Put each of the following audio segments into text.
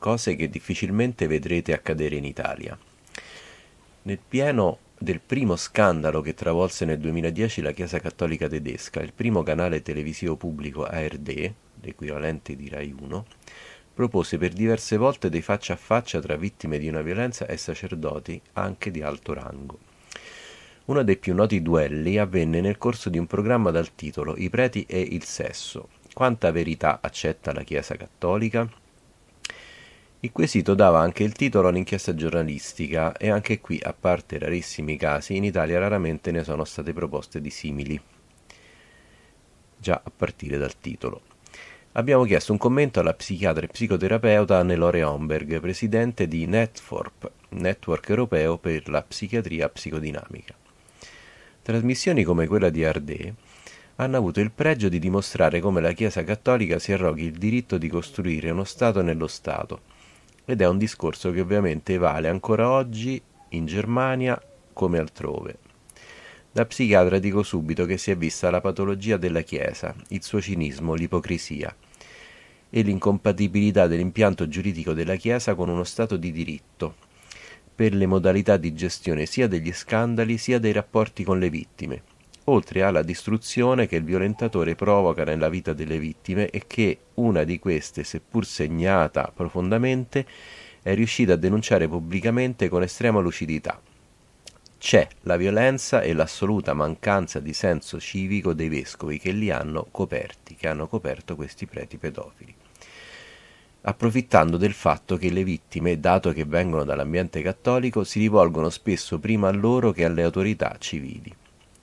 cose che difficilmente vedrete accadere in Italia. Nel pieno del primo scandalo che travolse nel 2010 la Chiesa Cattolica Tedesca, il primo canale televisivo pubblico ARD, l'equivalente di Rai 1, propose per diverse volte dei faccia a faccia tra vittime di una violenza e sacerdoti anche di alto rango. Uno dei più noti duelli avvenne nel corso di un programma dal titolo I preti e il sesso. Quanta verità accetta la Chiesa Cattolica? Il quesito dava anche il titolo all'inchiesta giornalistica e anche qui, a parte rarissimi casi, in Italia raramente ne sono state proposte di simili, già a partire dal titolo. Abbiamo chiesto un commento alla psichiatra e psicoterapeuta Annelore Homberg, presidente di NETFORP, Network Europeo per la Psichiatria Psicodinamica. Trasmissioni come quella di Ardè hanno avuto il pregio di dimostrare come la Chiesa Cattolica si arroghi il diritto di costruire uno Stato nello Stato, ed è un discorso che ovviamente vale ancora oggi in Germania come altrove. Da psichiatra dico subito che si è vista la patologia della Chiesa, il suo cinismo, l'ipocrisia e l'incompatibilità dell'impianto giuridico della Chiesa con uno Stato di diritto, per le modalità di gestione sia degli scandali sia dei rapporti con le vittime, oltre alla distruzione che il violentatore provoca nella vita delle vittime e che una di queste, seppur segnata profondamente, è riuscita a denunciare pubblicamente con estrema lucidità. C'è la violenza e l'assoluta mancanza di senso civico dei vescovi che li hanno coperti, che hanno coperto questi preti pedofili, approfittando del fatto che le vittime, dato che vengono dall'ambiente cattolico, si rivolgono spesso prima a loro che alle autorità civili.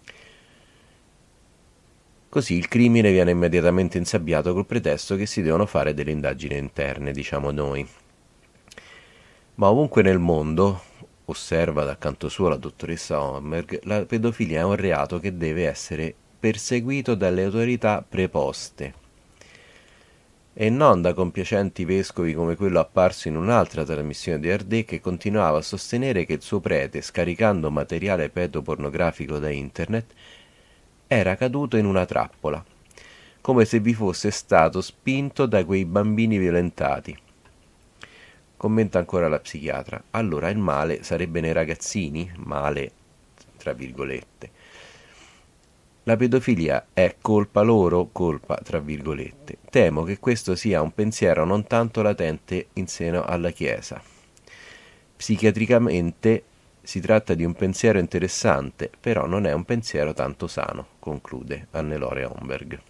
Così il crimine viene immediatamente insabbiato col pretesto che si devono fare delle indagini interne, diciamo noi. Ma ovunque nel mondo, osserva dal canto suo la dottoressa Homberg, la pedofilia è un reato che deve essere perseguito dalle autorità preposte e non da compiacenti vescovi come quello apparso in un'altra trasmissione di Ardè, che continuava a sostenere che il suo prete, scaricando materiale pedopornografico da internet, era caduto in una trappola, come se vi fosse stato spinto da quei bambini violentati. Commenta ancora la psichiatra: allora il male sarebbe nei ragazzini? Male, tra virgolette. La pedofilia è colpa loro? Colpa, tra virgolette. Temo che questo sia un pensiero non tanto latente in seno alla Chiesa. Psichiatricamente si tratta di un pensiero interessante, però non è un pensiero tanto sano, conclude Annelore Homberg.